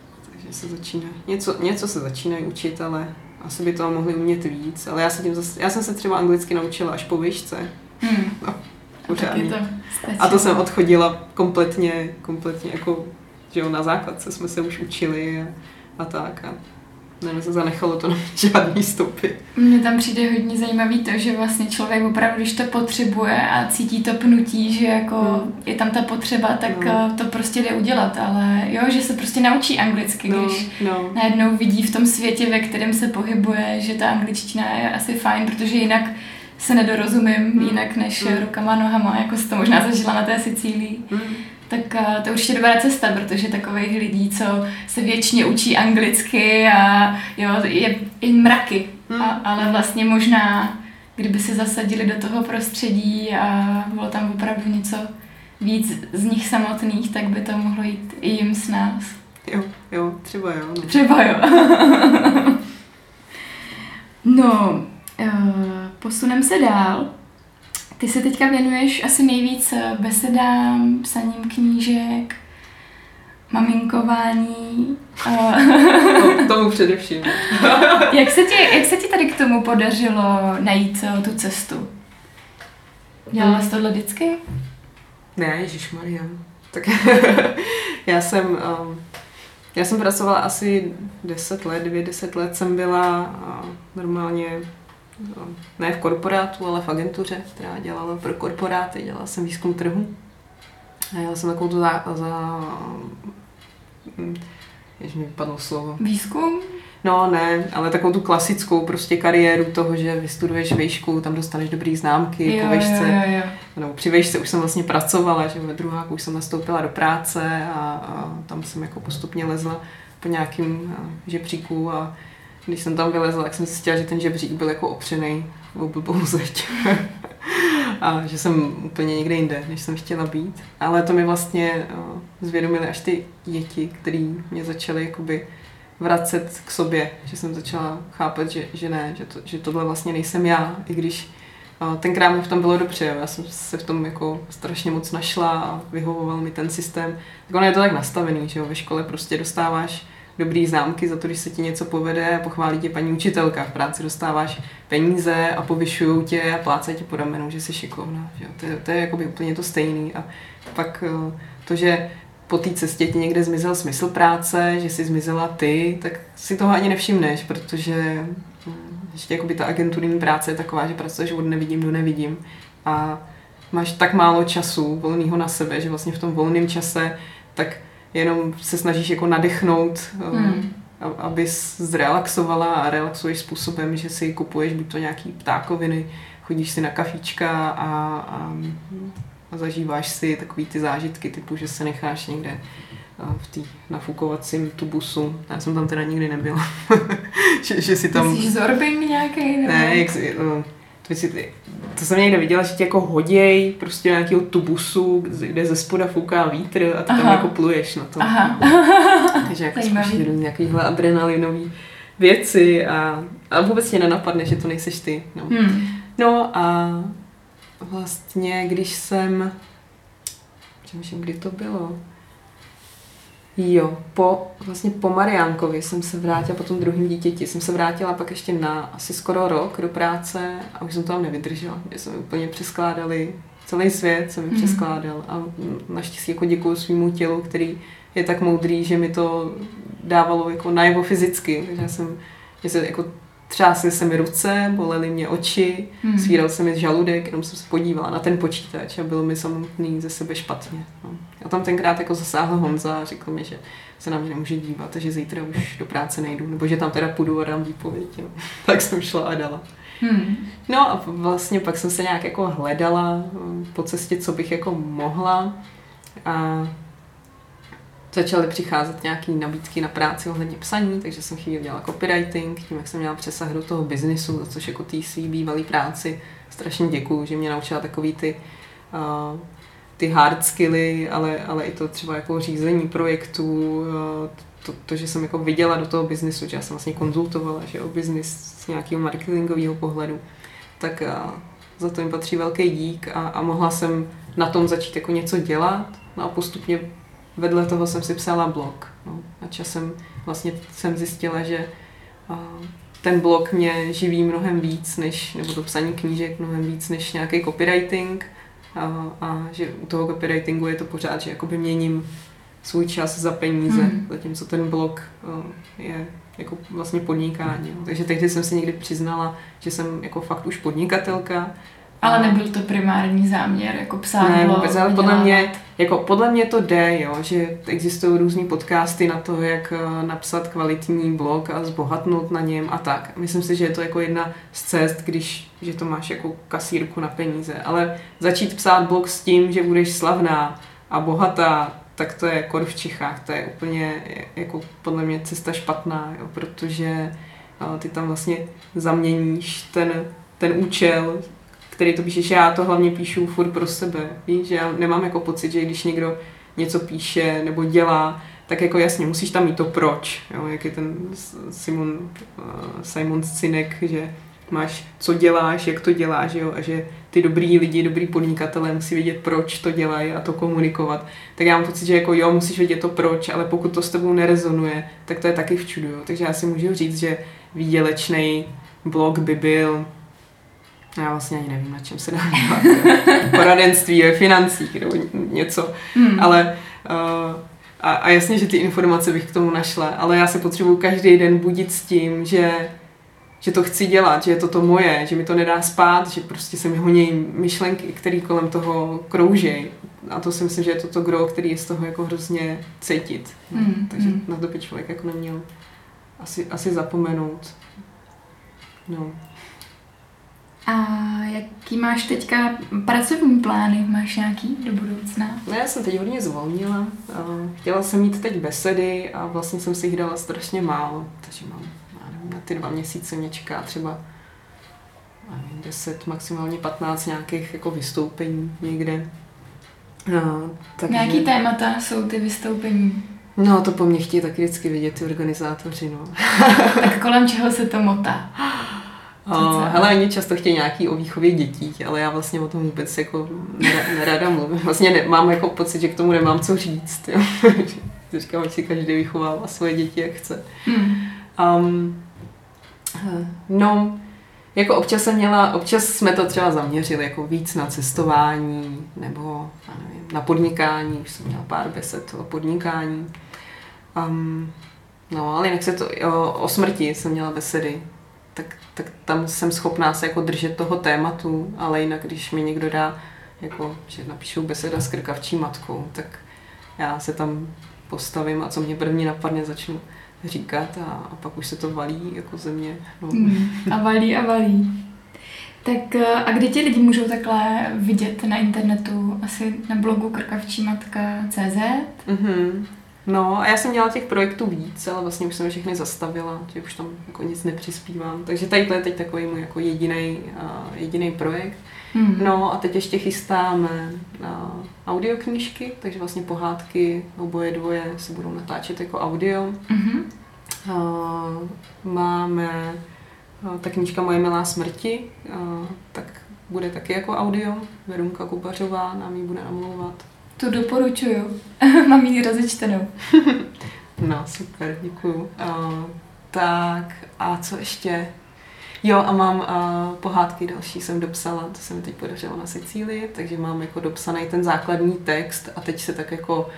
Se začínají. Něco, něco se začínají učit, ale asi by toho mohli umět víc. Ale já, se tím zase, já jsem se třeba anglicky naučila až po výšce. Hmm. No, pořádně. A, a to jsem odchodila kompletně, kompletně jako, že jo, na základce jsme se už učili a, a tak. A nevím, se zanechalo to na žádný stopy. Mně tam přijde hodně zajímavý to, že vlastně člověk opravdu, když to potřebuje a cítí to pnutí, že jako hmm. je tam ta potřeba, tak no. to prostě jde udělat, ale jo, že se prostě naučí anglicky, no, když no. najednou vidí v tom světě, ve kterém se pohybuje, že ta angličtina je asi fajn, protože jinak se nedorozumím jinak než mm. rukama, nohama, jako jsi to možná zažila na té Sicílii. Mm. Tak uh, to určitě dobrá cesta, protože takových lidí, co se věčně učí anglicky a jo, je, je mraky. Mm. A, ale vlastně možná, kdyby se zasadili do toho prostředí a bylo tam opravdu něco víc z nich samotných, tak by to mohlo jít i jim s nás. Jo, jo, třeba jo. No. Třeba jo. No, uh, posunem se dál. Ty se teďka věnuješ asi nejvíc besedám, psaním knížek, maminkování. Uh. No, tomu především. jak, se ti, jak se ti tady k tomu podařilo najít tu cestu? Dělala jsi tohle vždycky? Ne, ježišmarja. Tak já jsem... Um, Já jsem pracovala asi deset let, dvě, deset let jsem byla normálně, ne v korporátu, ale v agentuře, která dělala pro korporáty, dělala jsem výzkum trhu. A jela jsem takovou tu za... za jež mi vypadlo slovo. Výzkum? No ne, ale takovou tu klasickou prostě kariéru toho, že vystuduješ vejšku, tam dostaneš dobrý známky, jo, po vejšce, jo, jo, jo. No, při vejšce už jsem vlastně pracovala, že ve druháku už jsem nastoupila do práce a, a tam jsem jako postupně lezla po nějakým žebříku a když jsem tam vylezla, tak jsem zjistila, že ten žebřík byl jako opřenej o blbou zeď. A že jsem úplně někde jinde, než jsem chtěla být. Ale to mi vlastně zvědomily až ty děti, které mě začaly jakoby vracet k sobě, že jsem začala chápat, že, že ne, že, to, že tohle vlastně nejsem já, i když tenkrát mi v tom bylo dobře, já jsem se v tom jako strašně moc našla a vyhovoval mi ten systém. Tak ono je to tak nastavený, že jo, ve škole prostě dostáváš dobrý známky za to, když se ti něco povede a pochválí tě paní učitelka. V práci dostáváš peníze a povyšujou tě a plácají tě po ramenu, že jsi šikovná. Že jo? To, je, to je jakoby úplně to stejný. A pak to, že po té cestě ti někde zmizel smysl práce, že jsi zmizela ty, tak si toho ani nevšimneš, protože ještě jakoby ta agenturní práce je taková, že pracuješ od nevidím do nevidím a máš tak málo času volného na sebe, že vlastně v tom volném čase tak jenom se snažíš jako nadechnout, hmm. abys zrelaxovala a relaxuješ způsobem, že si kupuješ buď to nějaký ptákoviny, chodíš si na kafíčka a, a, a zažíváš si takový ty zážitky typu, že se necháš někde v té nafukovacím tubusu. Já jsem tam teda nikdy nebyla. že, že si tam... Myslíš zorbing nějaký? Nebo... Ne, jak si, to, si, to jsem někde viděla, že tě jako hoděj prostě na nějakého tubusu, kde ze spoda fouká vítr a ty Aha. tam jako pluješ na to. Aha. Takže jako zkoušíš nějakýhle adrenalinový věci a, a vůbec tě nenapadne, že to nejseš ty. No, hmm. no a vlastně, když jsem... Přemýšlím, kdy to bylo? Jo, po, vlastně po Mariánkovi jsem se vrátila, po tom druhém dítěti jsem se vrátila pak ještě na asi skoro rok do práce a už jsem to tam nevydržela, že jsme úplně přeskládali, celý svět se mi mm. přeskládal a naštěstí jako děkuju svýmu tělu, který je tak moudrý, že mi to dávalo jako najevo fyzicky, takže já jsem, že se jako třásly se mi ruce, bolely mě oči, mm. svíral se mi žaludek, jenom jsem se podívala na ten počítač a bylo mi samotný ze sebe špatně. No. A tam tenkrát jako zasáhl Honza a řekl mi, že se na mě nemůže dívat a že zítra už do práce nejdu, nebo že tam teda půjdu a dám výpověď. Jo. Tak jsem šla a dala. Hmm. No a vlastně pak jsem se nějak jako hledala po cestě, co bych jako mohla a začaly přicházet nějaké nabídky na práci ohledně psaní, takže jsem chvíli dělala copywriting, tím, jak jsem měla přesah do toho biznisu, za což jako té svý bývalý práci strašně děkuju, že mě naučila takový ty, uh, ty hard skilly, ale, ale i to třeba jako řízení projektů, uh, to, to, že jsem jako viděla do toho biznisu, že já jsem vlastně konzultovala, že o biznis z nějakého marketingového pohledu, tak uh, za to jim patří velký dík a, a mohla jsem na tom začít jako něco dělat, no a postupně vedle toho jsem si psala blog. No. A časem vlastně jsem zjistila, že uh, ten blog mě živí mnohem víc, než, nebo to psaní knížek mnohem víc, než nějaký copywriting. A, a že u toho copywritingu je to pořád, že jakoby měním svůj čas za peníze, mm. zatímco ten blog uh, je jako vlastně podnikání. No. Takže tehdy jsem si někdy přiznala, že jsem jako fakt už podnikatelka Ale nebyl to primární záměr, jako psát Ne, blog, vůbec, ale podle mě, jako podle mě to jde, jo, že existují různý podcasty na to, jak napsat kvalitní blog a zbohatnout na něm a tak. Myslím si, že je to jako jedna z cest, když, že to máš jako kasírku na peníze, ale začít psát blog s tím, že budeš slavná a bohatá, tak to je kor v Čechách, to je úplně jako podle mě cesta špatná, jo, protože ty tam vlastně zaměníš ten, ten účel, který to píšeš, já to hlavně píšu furt pro sebe, víš, že já nemám jako pocit, že když někdo něco píše nebo dělá, tak jako jasně, musíš tam mít to proč, jo, jak je ten Simon, uh, Simon Sinek, že máš, co děláš, jak to děláš, jo, a že ty dobrý lidi, dobrý podnikatelé musí vědět, proč to dělají a to komunikovat. Tak já mám pocit, že jako jo, musíš vědět to proč, ale pokud to s tebou nerezonuje, tak to je taky v čudu, jo. Takže já si můžu říct, že výdělečný blog by byl, já vlastně ani nevím, na čem se dá dělat, poradenství ve financích nebo něco, hmm. ale uh, a, a jasně, že ty informace bych k tomu našla, ale já se potřebuji každý den budit s tím, že že to chci dělat, že je to to moje, že mi to nedá spát, že prostě se mi honí myšlenky, které kolem toho kroužejí. A to si myslím, že je to to gro, který je z toho jako hrozně cítit. Mm, Takže mm. na to by člověk jako neměl asi, asi zapomenout. No. A jaký máš teďka pracovní plány? Máš nějaký do budoucna? No, já jsem teď hodně zvolnila. Chtěla jsem mít teď besedy a vlastně jsem si jich dala strašně málo, takže mám na ty dva měsíce mě čeká třeba nevím, deset, maximálně patnáct nějakých jako vystoupení někde. No, takže... Nějaký témata jsou ty vystoupení? No, to po mně chtějí taky vždycky vidět ty organizátoři, no. Tak kolem čeho se to motá? O, hele, oni často chtějí nějaký o výchově dětí, ale já vlastně o tom vůbec jako nerada mluvím. Vlastně ne, mám jako pocit, že k tomu nemám co říct, jo. Říkám, ať si každý vychovává svoje děti, jak chce. Hmm. Um, no, jako občas jsem měla, občas jsme to třeba zaměřili jako víc na cestování nebo nevím, na podnikání, už jsem měla pár besed o podnikání. Um, no, ale jinak se to, o, o smrti jsem měla besedy, tak, tak tam jsem schopná se jako držet toho tématu, ale jinak, když mi někdo dá, jako, že napíšu beseda s krkavčí matkou, tak já se tam postavím a co mě první napadne, začnu říkat a, a pak už se to valí jako země. No. Hmm, a valí a valí. Tak a kde ti lidi můžou takhle vidět na internetu? Asi na blogu krkavčímatka tečka cé zet? Mm-hmm. No a já jsem dělala těch projektů víc, ale vlastně už jsem všechny zastavila, že už tam jako nic nepřispívám. Takže tady je teď takový můj jako jediný uh, jediný projekt. Mm-hmm. No a teď ještě chystáme uh, audioknížky, takže vlastně pohádky oboje dvoje se budou natáčet jako audio. Mm-hmm. Uh, máme uh, ta knížka Moje milá smrti, uh, tak bude taky jako audio. Verunka Kubařová nám ji bude namlouvat. Tu doporučuju. Mám ji rozečtenou. No, super, děkuju. Uh, tak a co ještě? Jo, a mám uh, pohádky další, jsem dopsala, to se mi teď podařilo na Sicílii, takže mám jako dopsaný ten základní text a teď se tak jako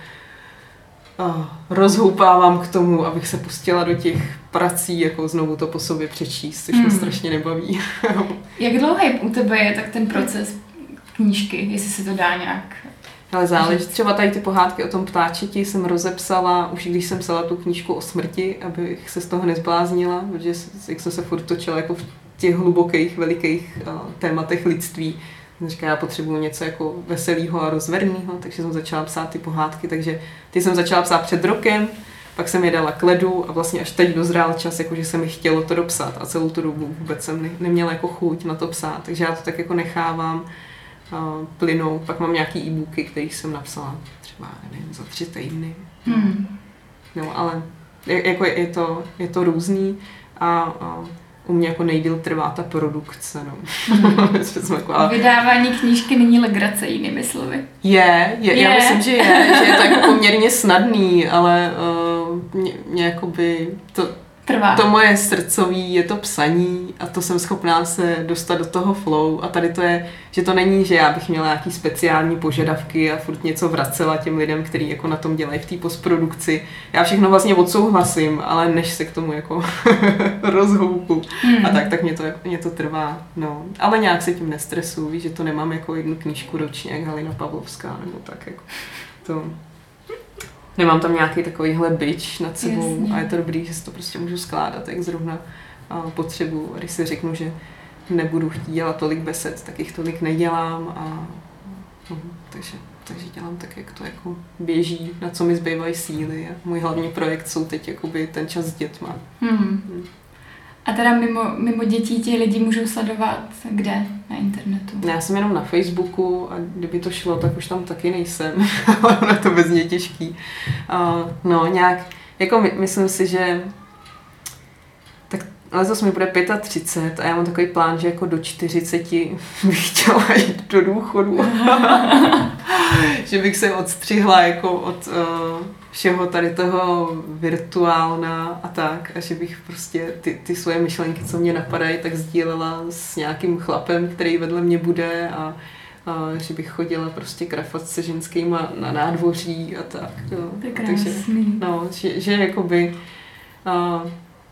uh, rozhoupávám k tomu, abych se pustila do těch prací, jako znovu to po sobě přečíst, což hmm. mě strašně nebaví. Jak dlouhý u tebe je tak ten proces knížky, jestli se to dá nějak... Ale záleží, třeba tady ty pohádky o tom ptáčeti jsem rozepsala, už když jsem psala tu knížku o smrti, abych se z toho nezbláznila, protože jak jsem se furt točila jako v těch hlubokých, velikých uh, tématech lidství. Říká, já potřebuji něco jako veselého a rozverného, takže jsem začala psát ty pohádky, takže ty jsem začala psát před rokem, pak jsem je dala k ledu a vlastně až teď dozrál čas, jakože se mi chtělo to dopsat a celou tu dobu vůbec jsem ne, neměla jako chuť na to psát, takže já to tak jako nechávám Uh, plynou. Pak mám nějaký e-booky, který jsem napsala třeba, nevím, za tři týdny. Hmm. No, ale je, jako je, je, to, je to různý a, a u mě jako nejdýl trvá ta produkce. No. Hmm. jako, ale... Vydávání knížky není legrace, jinými slovy. Je, je, je, já myslím, že je, že je to jako poměrně snadný, ale uh, mě, mě jakoby to trvá. To moje srdcový je to psaní a to jsem schopná se dostat do toho flow a tady to je, že to není, že já bych měla nějaký speciální požadavky a furt něco vracela těm lidem, kteří jako na tom dělají v té postprodukci. Já všechno vlastně odsouhlasím, ale než se k tomu jako rozhoupu hmm. a tak, tak mě to, mě to trvá. No. Ale nějak se tím nestresuju, víš, že to nemám jako jednu knížku ročně, jak Halina Pavlovská nebo tak jako to... Nemám tam nějaký takovýhle bič nad sebou. Jasně. A je to dobrý, že si to prostě můžu skládat, jak zrovna potřebuju. A když si řeknu, že nebudu chtít dělat tolik besed, tak jich tolik nedělám. A, no, takže, takže dělám tak, jak to jako běží, na co mi zbývají síly. A můj hlavní projekt jsou teď jakoby ten čas s dětma. Hmm. Hmm. A teda mimo, mimo dětí ti lidi můžou sledovat kde na internetu? Já jsem jenom na Facebooku a kdyby to šlo, tak už tam taky nejsem. Ale to bez mě těžký. Uh, no nějak, jako my, myslím si, že tak letos mi bude třicet pět a já mám takový plán, že jako do čtyřiceti bych chtěla jít do důchodu. Že bych se odstřihla jako od uh, všeho tady toho virtuálna a tak a že bych prostě ty, ty svoje myšlenky, co mě napadají, tak sdílela s nějakým chlapem, který vedle mě bude a, a že bych chodila prostě krafat se ženskýma na nádvoří a tak. Jo. Takže, no, že, že jakoby uh,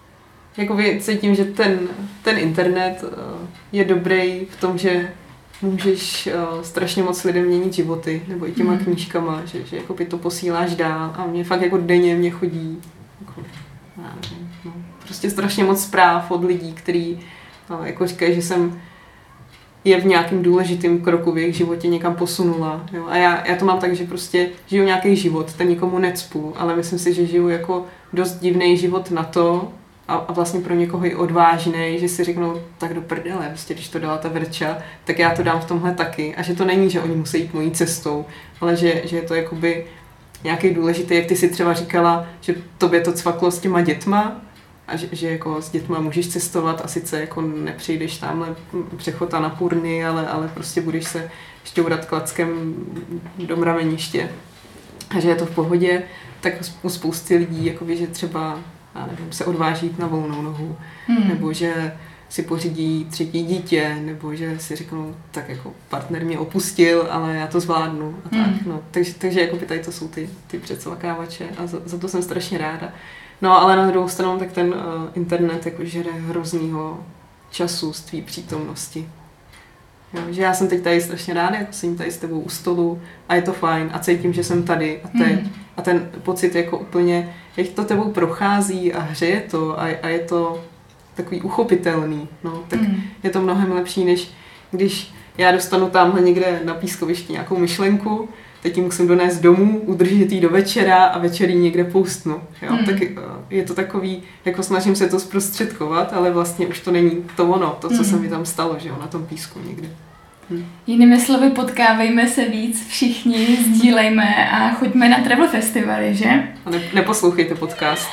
jakoby cítím, že ten, ten internet uh, je dobrý v tom, že můžeš uh, strašně moc lidem měnit životy, nebo i těma mm. knížkama, že, že jako by to posíláš dál a mě fakt jako denně mě chodí jako, nevím, no, prostě strašně moc zpráv od lidí, který uh, jako říkají, že jsem je v nějakém důležitém kroku v jejich životě někam posunula. Jo? A já, já to mám tak, že prostě žiju nějaký život, ten nikomu necpu, ale myslím si, že žiju jako dost divný život na to, a vlastně pro někoho i odvážnej, že si řeknou, tak do prdele, prostě když to dala ta Verča, tak já to dám v tomhle taky. A že to není, že oni musí jít mojí cestou, ale že, že je to jakoby nějaký důležitý, jak ty si třeba říkala, že tobě to cvaklo s těma dětma a že, že jako s dětma můžeš cestovat a sice jako nepřijdeš tamhle přechod na Purny, ale, ale prostě budeš se šťourat klackem do mraveniště. A že je to v pohodě, tak u spousty lidí, jakoby, že třeba já nevím, se odváží jít na volnou nohu, hmm. nebo že si pořídí třetí dítě, nebo že si řeknou, tak jako partner mě opustil, ale já to zvládnu a tak, hmm. no. Takže, takže jako by tady to jsou ty, ty předsvakávače a za, za to jsem strašně ráda. No ale na druhou stranu, tak ten uh, internet jako žere hroznýho času z tvý přítomnosti. Jo, že já jsem teď tady strašně ráda, jako jsem tady s tebou u stolu a je to fajn a cítím, že jsem tady a teď. Hmm. A ten pocit jako úplně, jak to tebou prochází a hřeje to a, a je to takový uchopitelný, no, tak mm. je to mnohem lepší, než když já dostanu tamhle někde na pískovišti nějakou myšlenku, teď ji musím donést domů, udržet ji do večera a večer ji někde poustnu. Jo? Mm. Tak je to takový, jako snažím se to zprostředkovat, ale vlastně už to není to ono, to, co mm. se mi tam stalo, že jo, na tom písku někde. Hmm. Jinými slovy, potkávejme se víc všichni, sdílejme a choďme na travel festivaly, že? A ne, neposlouchejte podcast.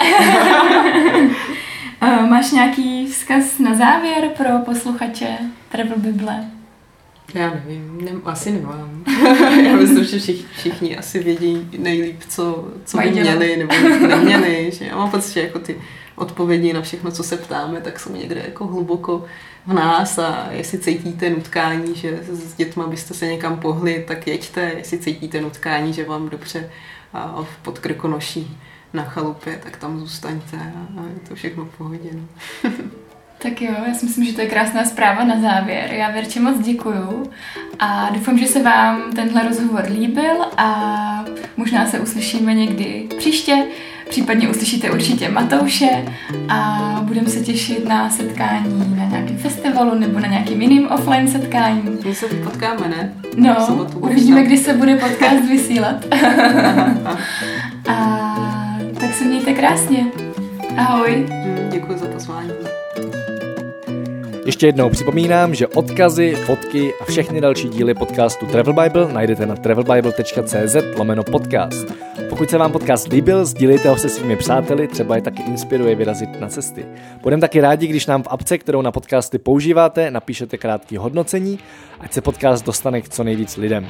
Máš nějaký vzkaz na závěr pro posluchače Travel Bible? Já nevím, ne, asi nemám. Já myslím, že všichni, všichni asi vědí nejlíp, co, co by měli nebo neměli. Že já mám pocit, že jako ty odpovědi na všechno, co se ptáme, tak jsou někde jako hluboko v nás a jestli cítíte nutkání, že s dětma byste se někam pohli, tak jeďte. Jestli cítíte nutkání, že vám dobře a v Podkrkonoší na chalupě, tak tam zůstaňte a je to všechno v pohodě. No. Tak jo, já si myslím, že to je krásná zpráva na závěr. Já Verče moc děkuju a doufám, že se vám tenhle rozhovor líbil a možná se uslyšíme někdy příště, případně uslyšíte určitě Matouše a budeme se těšit na setkání na nějakém festivalu nebo na nějakým jiným offline setkání. My se potkáme, ne? No, uvidíme, kdy se bude podcast vysílat. A tak se mějte krásně. Ahoj. Děkuji za pozvání. Ještě jednou připomínám, že odkazy, fotky a všechny další díly podcastu Travel Bible najdete na travelbible tečka cz lomeno podcast. Pokud se vám podcast líbil, sdílejte ho se svými přáteli, třeba je taky inspiruje vyrazit na cesty. Budeme taky rádi, když nám v apce, kterou na podcasty používáte, napíšete krátký hodnocení, ať se podcast dostane k co nejvíc lidem.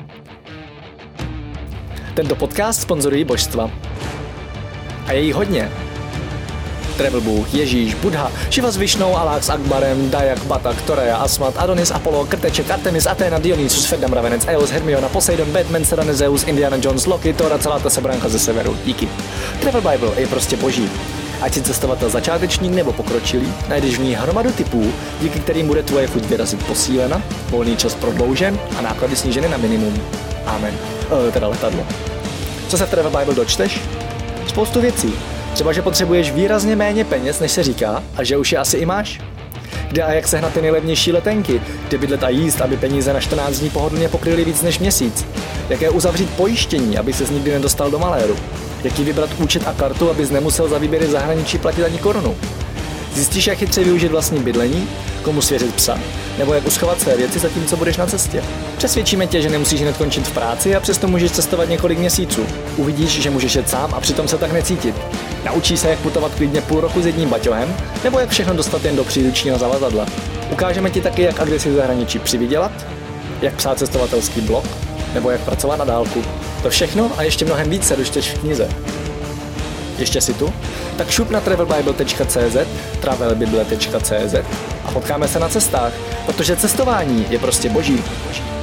Tento podcast sponzorují božstva. A je jí hodně. Travel Bůh, Ježíš, Buddha, Šiva s Višnou, Alák s Akbarem, Dajak, Batak, Toreja, Asmat, Adonis, Apollo, Krteček, Artemis, Athena, Dionysus, Ferdam, Ravenec, Eos, Hermiona, Poseidon, Batman, Serena, Zeus, Indiana Jones, Loki, Thor a celá ta sebranka ze severu. Díky. Travel Bible je prostě boží. Ať si cestovatel začátečník nebo pokročilý, najdeš v ní hromadu typů, díky kterým bude tvoje chuť vyrazit posílena, volný čas prodloužen a náklady sníženy na minimum. Amen. E, teda letadlo. Co se v Travel Bible dočteš? Spoustu věcí. Třeba, že potřebuješ výrazně méně peněz, než se říká, a že už je asi i máš. Kde a jak sehnat ty nejlevnější letenky, kde bydlet a jíst, aby peníze na čtrnáct dní pohodlně pokryly víc než měsíc. Jaké uzavřít pojištění, aby ses nikdy nedostal do maléru. Jaký vybrat účet a kartu, abys nemusel za výběry zahraničí platit ani korunu. Zjistíš, jak chytře využít vlastní bydlení, komu svěřit psa, nebo jak uschovat své věci zatímco budeš na cestě. Přesvědčíme tě, že nemusíš hned končit v práci a přesto můžeš cestovat několik měsíců. Uvidíš, že můžeš jet sám a přitom se tak necítit. Naučíš se, jak putovat klidně půl roku s jedním baťohem, nebo jak všechno dostat jen do příručního zavazadla. Ukážeme ti taky, jak a kde si v zahraničí přivydělat, jak psát cestovatelský blog, nebo jak pracovat na dálku. To všechno a ještě mnohem víc se dočteš v knize. Ještě si tu? Tak šup na travel bible tečka cé zet, travel bible tečka cé zet a potkáme se na cestách, protože cestování je prostě boží.